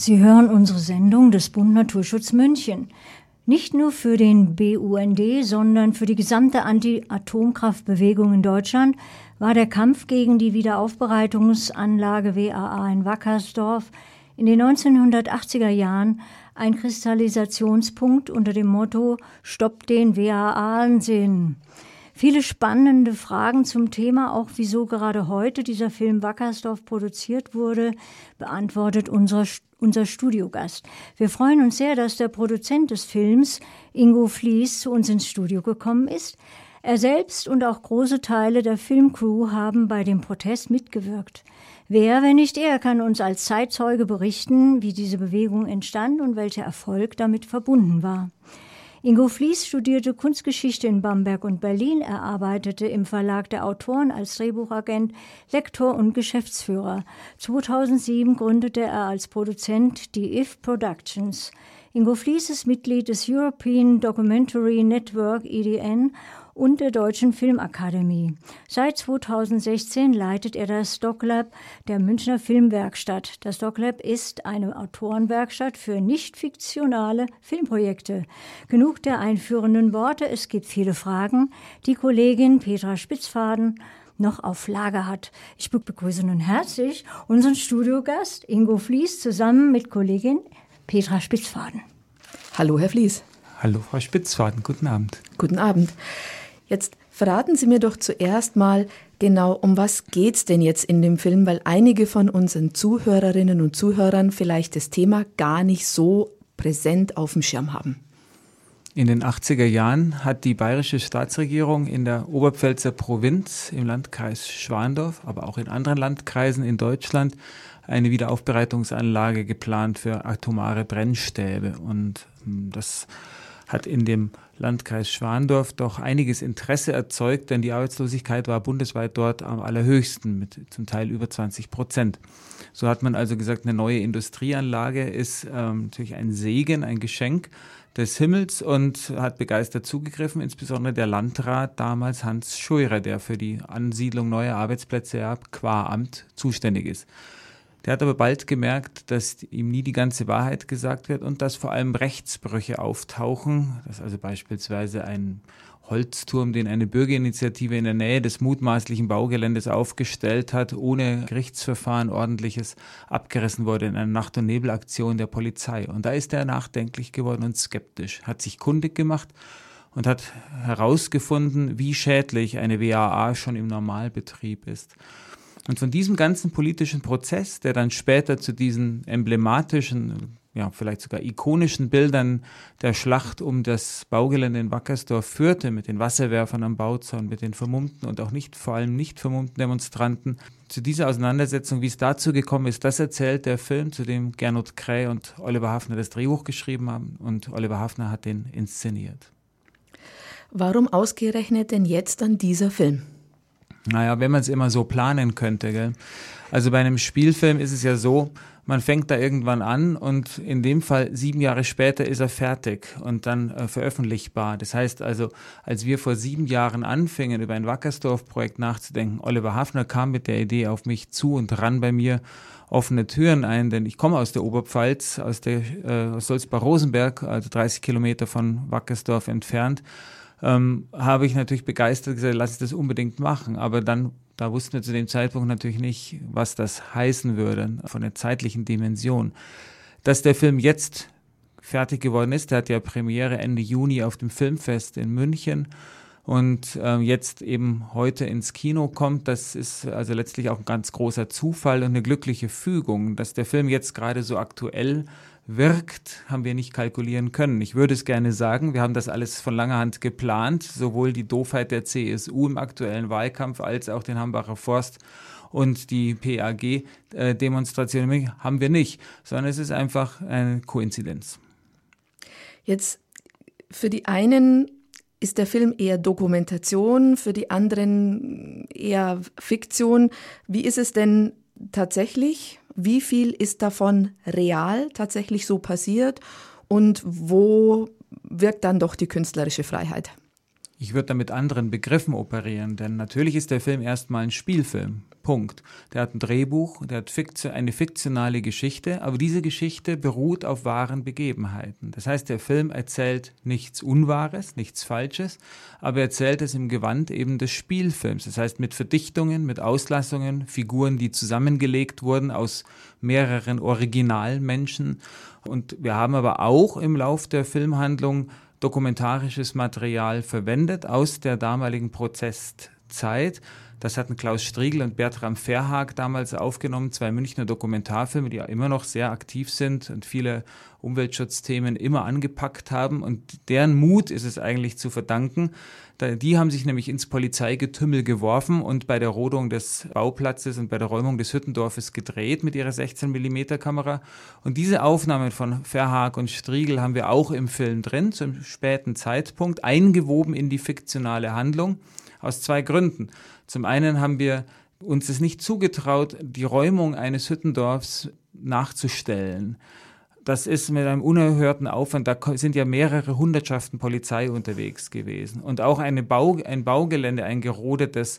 Sie hören unsere Sendung des Bund Naturschutz München. Nicht nur für den BUND, sondern für die gesamte Anti-Atomkraftbewegung in Deutschland war der Kampf gegen die Wiederaufbereitungsanlage WAA in Wackersdorf in den 1980er Jahren ein Kristallisationspunkt unter dem Motto »Stoppt den WAA-Unsinn«. Viele spannende Fragen zum Thema, auch wieso gerade heute dieser Film Wackersdorf produziert wurde, beantwortet unser Studiogast. Wir freuen uns sehr, dass der Produzent des Films, Ingo Fliess, zu uns ins Studio gekommen ist. Er selbst und auch große Teile der Filmcrew haben bei dem Protest mitgewirkt. Wer, wenn nicht er, kann uns als Zeitzeuge berichten, wie diese Bewegung entstand und welcher Erfolg damit verbunden war. Ingo Fliess studierte Kunstgeschichte in Bamberg und Berlin. Er arbeitete im Verlag der Autoren als Drehbuchagent, Lektor und Geschäftsführer. 2007 gründete er als Produzent die IF Productions. Ingo Fliess ist Mitglied des European Documentary Network EDN und der Deutschen Filmakademie. Seit 2016 leitet er das DocLab der Münchner Filmwerkstatt. Das DocLab ist eine Autorenwerkstatt für nicht-fiktionale Filmprojekte. Genug der einführenden Worte, es gibt viele Fragen, die Kollegin Petra Spitzfaden noch auf Lager hat. Ich begrüße nun herzlich unseren Studiogast Ingo Fliess zusammen mit Kollegin Petra Spitzfaden. Hallo, Herr Fliess. Hallo, Frau Spitzfaden. Guten Abend. Guten Abend. Jetzt verraten Sie mir doch zuerst mal genau, um was geht's denn jetzt in dem Film, weil einige von unseren Zuhörerinnen und Zuhörern vielleicht das Thema gar nicht so präsent auf dem Schirm haben. In den 80er Jahren hat die bayerische Staatsregierung in der Oberpfälzer Provinz im Landkreis Schwandorf, aber auch in anderen Landkreisen in Deutschland eine Wiederaufbereitungsanlage geplant für atomare Brennstäbe. Und das hat in dem Landkreis Schwandorf doch einiges Interesse erzeugt, denn die Arbeitslosigkeit war bundesweit dort am allerhöchsten, mit zum Teil über 20%. So hat man also gesagt, eine neue Industrieanlage ist natürlich ein Segen, ein Geschenk des Himmels und hat begeistert zugegriffen, insbesondere der Landrat damals Hans Scheurer, der für die Ansiedlung neuer Arbeitsplätze qua Amt zuständig ist. Der hat aber bald gemerkt, dass ihm nie die ganze Wahrheit gesagt wird und dass vor allem Rechtsbrüche auftauchen, dass also beispielsweise ein Holzturm, den eine Bürgerinitiative in der Nähe des mutmaßlichen Baugeländes aufgestellt hat, ohne Gerichtsverfahren ordentliches abgerissen wurde in einer Nacht- und Nebelaktion der Polizei. Und da ist er nachdenklich geworden und skeptisch, hat sich kundig gemacht und hat herausgefunden, wie schädlich eine WAA schon im Normalbetrieb ist. Und von diesem ganzen politischen Prozess, der dann später zu diesen emblematischen, ja vielleicht sogar ikonischen Bildern der Schlacht um das Baugelände in Wackersdorf führte, mit den Wasserwerfern am Bauzaun, mit den vermummten und auch vor allem nicht vermummten Demonstranten, zu dieser Auseinandersetzung, wie es dazu gekommen ist, das erzählt der Film, zu dem Gernot Kräh und Oliver Hafner das Drehbuch geschrieben haben und Oliver Hafner hat den inszeniert. Warum ausgerechnet denn jetzt dann dieser Film? Naja, wenn man es immer so planen könnte, gell? Also bei einem Spielfilm ist es ja so, man fängt da irgendwann an und in dem Fall 7 Jahre später ist er fertig und dann veröffentlichbar. Das heißt also, als wir vor 7 Jahren anfingen, über ein Wackersdorf-Projekt nachzudenken, Oliver Hafner kam mit der Idee auf mich zu und rann bei mir offene Türen ein, denn ich komme aus der Oberpfalz, aus Sulzbach-Rosenberg, also 30 Kilometer von Wackersdorf entfernt. Habe ich natürlich begeistert gesagt, lass uns das unbedingt machen. Aber da wussten wir zu dem Zeitpunkt natürlich nicht, was das heißen würde von der zeitlichen Dimension. Dass der Film jetzt fertig geworden ist, der hat ja Premiere Ende Juni auf dem Filmfest in München und jetzt eben heute ins Kino kommt, das ist also letztlich auch ein ganz großer Zufall und eine glückliche Fügung, dass der Film jetzt gerade so aktuell wirkt, haben wir nicht kalkulieren können. Ich würde es gerne sagen, wir haben das alles von langer Hand geplant, sowohl die Doofheit der CSU im aktuellen Wahlkampf als auch den Hambacher Forst und die PAG-Demonstration haben wir nicht, sondern es ist einfach eine Koinzidenz. Jetzt für die einen ist der Film eher Dokumentation, für die anderen eher Fiktion. Wie ist es denn tatsächlich? Wie viel ist davon real tatsächlich so passiert und wo wirkt dann doch die künstlerische Freiheit? Ich würde da mit anderen Begriffen operieren, denn natürlich ist der Film erstmal ein Spielfilm. Punkt. Der hat ein Drehbuch, der hat eine fiktionale Geschichte, aber diese Geschichte beruht auf wahren Begebenheiten. Das heißt, der Film erzählt nichts Unwahres, nichts Falsches, aber er erzählt es im Gewand eben des Spielfilms. Das heißt, mit Verdichtungen, mit Auslassungen, Figuren, die zusammengelegt wurden aus mehreren Originalmenschen. Und wir haben aber auch im Lauf der Filmhandlung dokumentarisches Material verwendet aus der damaligen Prozesszeit. Das hatten Klaus Striegel und Bertram Verhaag damals aufgenommen, 2 Münchner Dokumentarfilme, die ja immer noch sehr aktiv sind und viele Umweltschutzthemen immer angepackt haben. Und deren Mut ist es eigentlich zu verdanken. Die haben sich nämlich ins Polizeigetümmel geworfen und bei der Rodung des Bauplatzes und bei der Räumung des Hüttendorfes gedreht mit ihrer 16mm-Kamera. Und diese Aufnahmen von Verhaag und Striegel haben wir auch im Film drin, zum späten Zeitpunkt, eingewoben in die fiktionale Handlung, aus 2 Gründen. Zum einen haben wir uns es nicht zugetraut, die Räumung eines Hüttendorfs nachzustellen. Das ist mit einem unerhörten Aufwand, da sind ja mehrere Hundertschaften Polizei unterwegs gewesen. Und auch ein Baugelände, ein gerodetes,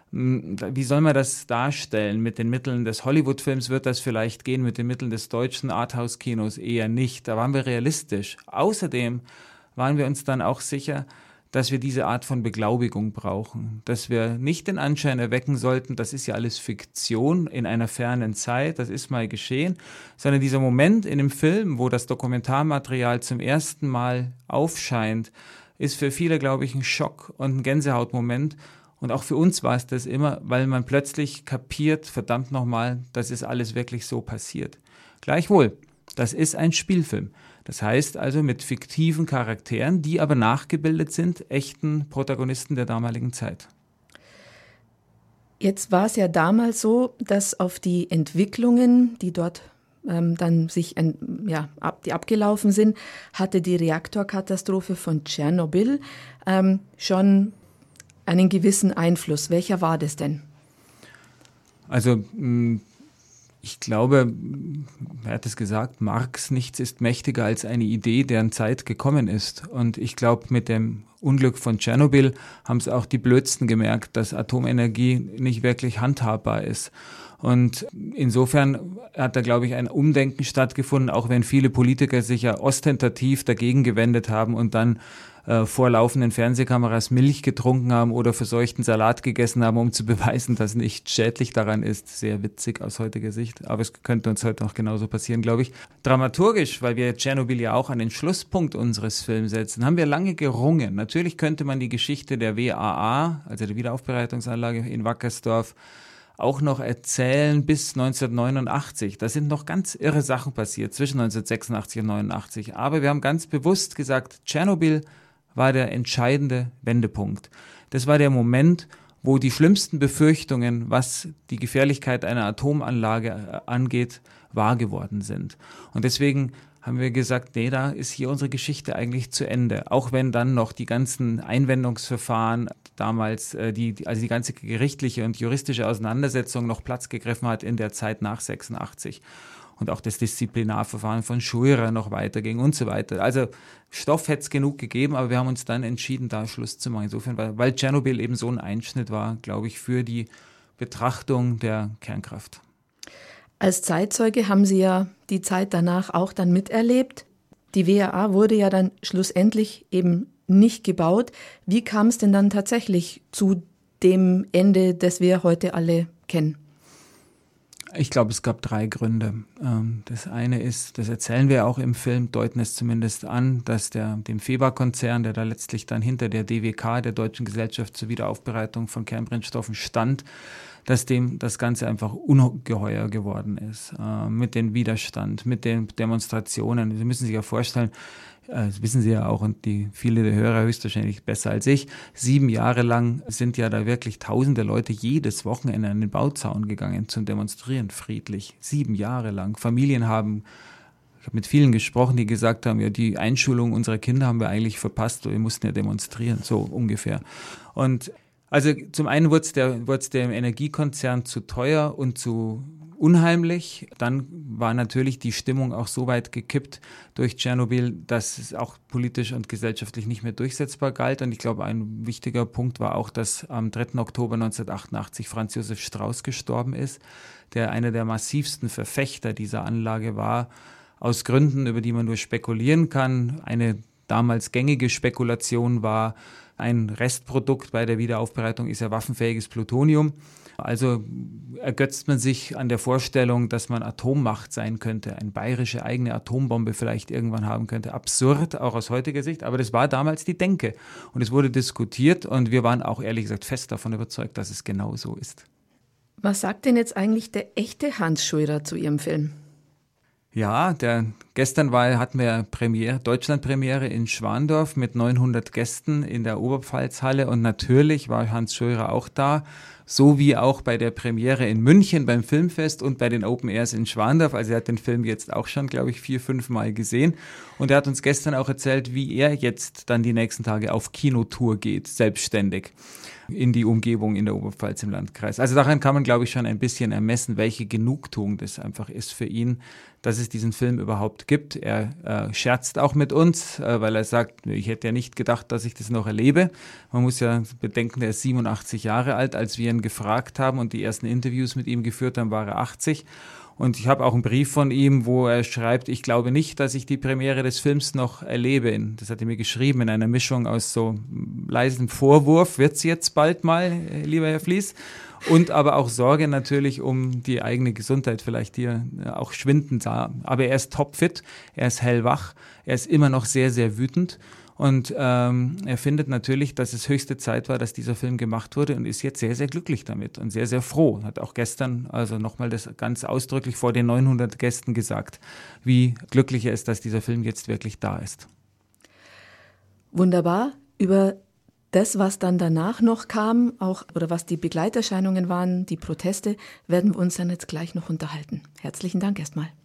wie soll man das darstellen? Mit den Mitteln des Hollywood-Films wird das vielleicht gehen, mit den Mitteln des deutschen Arthouse-Kinos eher nicht. Da waren wir realistisch. Außerdem waren wir uns dann auch sicher, dass wir diese Art von Beglaubigung brauchen, dass wir nicht den Anschein erwecken sollten, das ist ja alles Fiktion in einer fernen Zeit, das ist mal geschehen, sondern dieser Moment in dem Film, wo das Dokumentarmaterial zum ersten Mal aufscheint, ist für viele, glaube ich, ein Schock und ein Gänsehautmoment. Und auch für uns war es das immer, weil man plötzlich kapiert, verdammt nochmal, das ist alles wirklich so passiert. Gleichwohl, das ist ein Spielfilm. Das heißt also mit fiktiven Charakteren, die aber nachgebildet sind, echten Protagonisten der damaligen Zeit. Jetzt war es ja damals so, dass auf die Entwicklungen, die dort dann die abgelaufen sind, hatte die Reaktorkatastrophe von Tschernobyl schon einen gewissen Einfluss. Welcher war das denn? Also ich glaube, wer hat es gesagt, Marx, nichts ist mächtiger als eine Idee, deren Zeit gekommen ist. Und ich glaube, mit dem Unglück von Tschernobyl haben es auch die Blödsten gemerkt, dass Atomenergie nicht wirklich handhabbar ist. Und insofern hat da, glaube ich, ein Umdenken stattgefunden, auch wenn viele Politiker sich ja ostentativ dagegen gewendet haben und dann vor laufenden Fernsehkameras Milch getrunken haben oder verseuchten Salat gegessen haben, um zu beweisen, dass nichts schädlich daran ist. Sehr witzig aus heutiger Sicht, aber es könnte uns heute noch genauso passieren, glaube ich. Dramaturgisch, weil wir Tschernobyl ja auch an den Schlusspunkt unseres Films setzen, haben wir lange gerungen. Natürlich könnte man die Geschichte der WAA, also der Wiederaufbereitungsanlage in Wackersdorf, auch noch erzählen bis 1989. Da sind noch ganz irre Sachen passiert zwischen 1986 und 1989. Aber wir haben ganz bewusst gesagt, Tschernobyl war der entscheidende Wendepunkt. Das war der Moment, wo die schlimmsten Befürchtungen, was die Gefährlichkeit einer Atomanlage angeht, wahr geworden sind. Und deswegen haben wir gesagt, nee, da ist hier unsere Geschichte eigentlich zu Ende. Auch wenn dann noch die ganzen Einwendungsverfahren damals, die ganze gerichtliche und juristische Auseinandersetzung noch Platz gegriffen hat in der Zeit nach 86. Und auch das Disziplinarverfahren von Schuirer noch weiterging und so weiter. Also Stoff hätte es genug gegeben, aber wir haben uns dann entschieden, da Schluss zu machen. Insofern, weil Tschernobyl eben so ein Einschnitt war, glaube ich, für die Betrachtung der Kernkraft. Als Zeitzeuge haben Sie ja die Zeit danach auch dann miterlebt. Die WAA wurde ja dann schlussendlich eben nicht gebaut. Wie kam es denn dann tatsächlich zu dem Ende, das wir heute alle kennen? Ich glaube, es gab 3 Gründe. Das eine ist, das erzählen wir auch im Film, deuten es zumindest an, dass dem FEBA-Konzern, der da letztlich dann hinter der DWK, der Deutschen Gesellschaft zur Wiederaufbereitung von Kernbrennstoffen, stand, dass dem das Ganze einfach ungeheuer geworden ist. Mit dem Widerstand, mit den Demonstrationen. Sie müssen sich ja vorstellen, das wissen Sie ja auch und viele der Hörer höchstwahrscheinlich besser als ich, 7 Jahre lang sind ja da wirklich tausende Leute jedes Wochenende an den Bauzaun gegangen zum Demonstrieren, friedlich. 7 Jahre lang. Familien ich habe mit vielen gesprochen, die gesagt haben, ja, die Einschulung unserer Kinder haben wir eigentlich verpasst, wir mussten ja demonstrieren, so ungefähr. Und also zum einen wurde es dem Energiekonzern zu teuer und zu unheimlich. Dann war natürlich die Stimmung auch so weit gekippt durch Tschernobyl, dass es auch politisch und gesellschaftlich nicht mehr durchsetzbar galt. Und ich glaube, ein wichtiger Punkt war auch, dass am 3. Oktober 1988 Franz Josef Strauß gestorben ist, der einer der massivsten Verfechter dieser Anlage war, aus Gründen, über die man nur spekulieren kann. Eine damals gängige Spekulation war, ein Restprodukt bei der Wiederaufbereitung ist ja waffenfähiges Plutonium. Also ergötzt man sich an der Vorstellung, dass man Atommacht sein könnte, eine bayerische eigene Atombombe vielleicht irgendwann haben könnte. Absurd, auch aus heutiger Sicht, aber das war damals die Denke. Und es wurde diskutiert und wir waren auch ehrlich gesagt fest davon überzeugt, dass es genau so ist. Was sagt denn jetzt eigentlich der echte Hans Scheurer zu Ihrem Film? Ja, gestern hatten wir Deutschlandpremiere in Schwandorf mit 900 Gästen in der Oberpfalzhalle und natürlich war Hans Scheurer auch da, so wie auch bei der Premiere in München beim Filmfest und bei den Open Airs in Schwandorf. Also er hat den Film jetzt auch schon, glaube ich, 4-5 Mal gesehen und er hat uns gestern auch erzählt, wie er jetzt dann die nächsten Tage auf Kinotour geht, selbstständig in die Umgebung in der Oberpfalz im Landkreis. Also daran kann man, glaube ich, schon ein bisschen ermessen, welche Genugtuung das einfach ist für ihn, dass es diesen Film überhaupt gibt. Er scherzt auch mit uns, weil er sagt, ich hätte ja nicht gedacht, dass ich das noch erlebe. Man muss ja bedenken, er ist 87 Jahre alt. Als wir ihn gefragt haben und die ersten Interviews mit ihm geführt haben, war er 80. Und ich habe auch einen Brief von ihm, wo er schreibt, ich glaube nicht, dass ich die Premiere des Films noch erlebe. Das hat er mir geschrieben in einer Mischung aus so leisem Vorwurf, wird's jetzt bald mal, lieber Herr Fliess, und aber auch Sorge natürlich um die eigene Gesundheit, vielleicht die er auch schwinden sah. Aber er ist topfit, er ist hellwach, er ist immer noch sehr, sehr wütend. Und er findet natürlich, dass es höchste Zeit war, dass dieser Film gemacht wurde und ist jetzt sehr, sehr glücklich damit und sehr, sehr froh. Hat auch gestern also nochmal das ganz ausdrücklich vor den 900 Gästen gesagt, wie glücklich er ist, dass dieser Film jetzt wirklich da ist. Wunderbar. Über das, was dann danach noch kam, auch oder was die Begleiterscheinungen waren, die Proteste, werden wir uns dann jetzt gleich noch unterhalten. Herzlichen Dank erstmal.